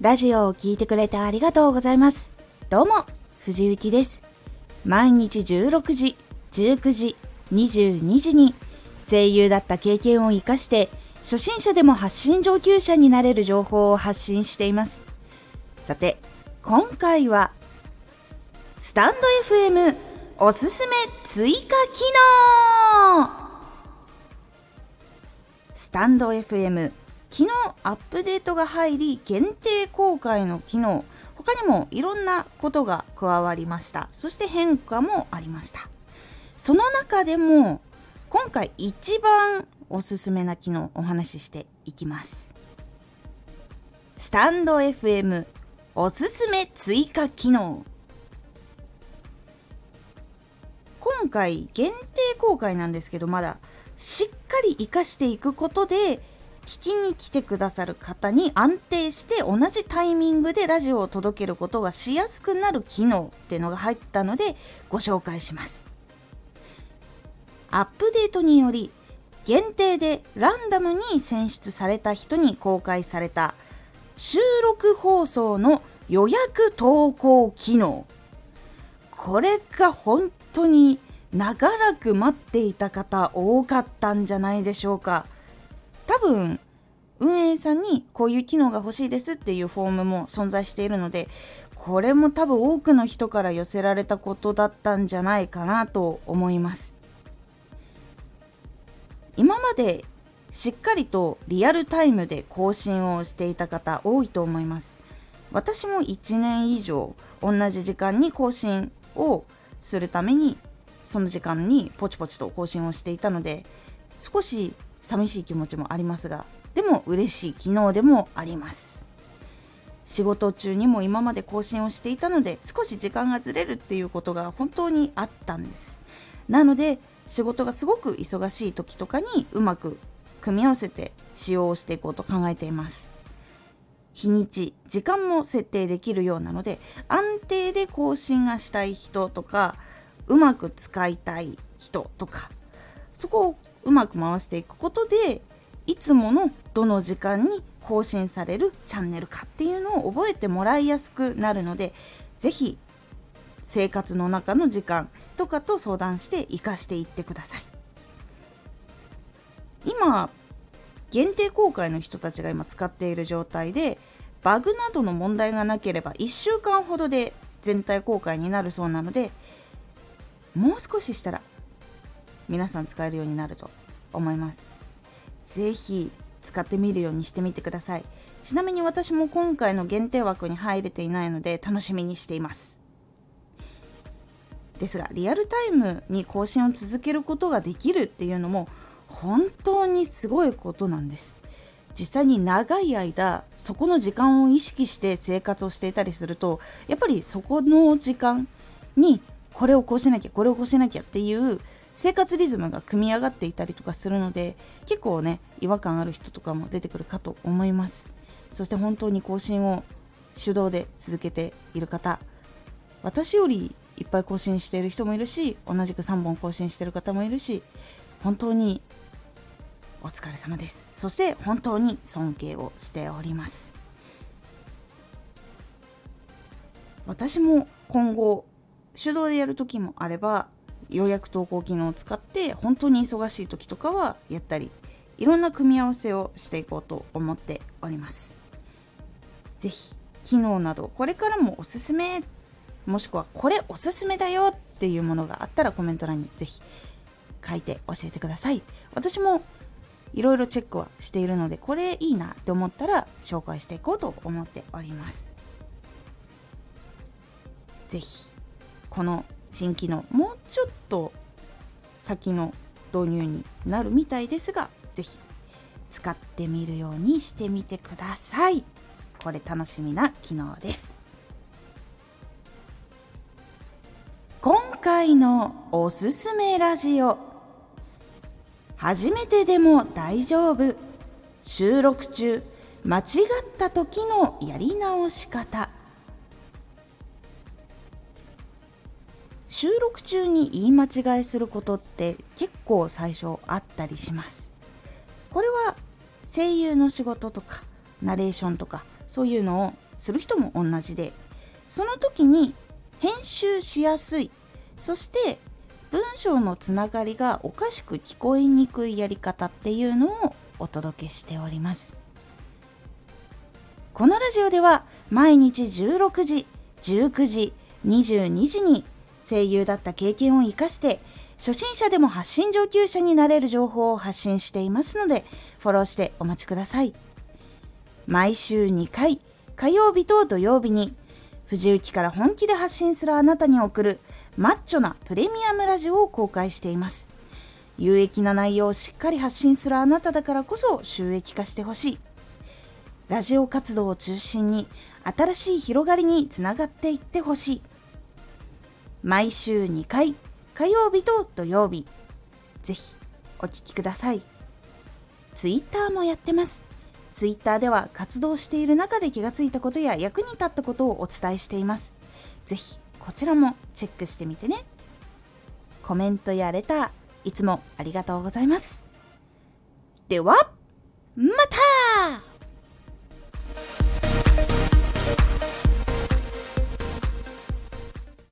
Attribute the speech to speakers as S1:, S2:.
S1: ラジオを聞いてくれてありがとうございます。どうも、藤幸です。毎日16時、19時、22時に声優だった経験を生かして初心者でも発信上級者になれる情報を発信しています。さて、今回はスタンド FM おすすめ追加機能。スタンド FM昨日アップデートが入り限定公開の機能、他にもいろんなことが加わりました。そして変化もありました。その中でも今回一番おすすめな機能をお話ししていきます。スタンド FM おすすめ追加機能。今回限定公開なんですけど、まだしっかり活かしていくことで聞きに来てくださる方に安定して同じタイミングでラジオを届けることがしやすくなる機能っていうのが入ったのでご紹介します。アップデートにより限定でランダムに選出された人に公開された収録放送の予約投稿機能。これが本当に長らく待っていた方多かったんじゃないでしょうか。多分運営さんにこういう機能が欲しいですっていうフォームも存在しているので、これも多分多くの人から寄せられたことだったんじゃないかなと思います。今までしっかりとリアルタイムで更新をしていた方多いと思います。私も1年以上同じ時間に更新をするためにその時間にポチポチと更新をしていたので、少し寂しい気持ちもありますが、でも嬉しい機能でもあります。仕事中にも今まで更新をしていたので少し時間がずれるっていうことが本当にあったんです。なので仕事がすごく忙しい時とかにうまく組み合わせて使用していこうと考えています。日にち、時間も設定できるようなので、安定で更新がしたい人とかうまく使いたい人とか、そこをうまく回していくことでいつものどの時間に更新されるチャンネルかっていうのを覚えてもらいやすくなるので、ぜひ生活の中の時間とかと相談して活かしていってください。今限定公開の人たちが今使っている状態で、バグなどの問題がなければ1週間ほどで全体公開になるそうなので、もう少ししたら皆さん使えるようになると思います。ぜひ使ってみるようにしてみてください。ちなみに私も今回の限定枠に入れていないので楽しみにしています。ですがリアルタイムに更新を続けることができるっていうのも本当にすごいことなんです。実際に長い間そこの時間を意識して生活をしていたりすると、やっぱりそこの時間にこれをこうしなきゃこれをこうしなきゃっていう生活リズムが組み上がっていたりとかするので、結構ね違和感ある人とかも出てくるかと思います。そして本当に更新を手動で続けている方、私よりいっぱい更新している人もいるし、同じく3本更新している方もいるし、本当にお疲れ様です。そして本当に尊敬をしております。私も今後手動でやる時もあれば、予約投稿機能を使って本当に忙しい時とかはやったり、いろんな組み合わせをしていこうと思っております。ぜひ機能などこれからもおすすめ、もしくはこれおすすめだよっていうものがあったらコメント欄にぜひ書いて教えてください。私もいろいろチェックはしているので、これいいなって思ったら紹介していこうと思っております。ぜひこの新機能もうちょっと先の導入になるみたいですが、ぜひ使ってみるようにしてみてください。これ楽しみな機能です。今回のおすすめラジオ、初めてでも大丈夫、収録中間違った時のやり直し方。収録中に言い間違いすることって結構最初あったりします。これは声優の仕事とかナレーションとかそういうのをする人も同じで、その時に編集しやすい、そして文章のつながりがおかしく聞こえにくいやり方っていうのをお届けしております。このラジオでは毎日16時、19時、22時に声優だった経験を生かして初心者でも発信上級者になれる情報を発信していますので、フォローしてお待ちください。毎週2回、火曜日と土曜日に藤雪から本気で発信するあなたに送るマッチョなプレミアムラジオを公開しています。有益な内容をしっかり発信するあなただからこそ収益化してほしい。ラジオ活動を中心に新しい広がりにつながっていってほしい。毎週2回、火曜日と土曜日、ぜひお聞きください。ツイッターもやってます。ツイッターでは活動している中で気がついたことや役に立ったことをお伝えしています。ぜひこちらもチェックしてみてね。コメントやレター、いつもありがとうございます。では、また。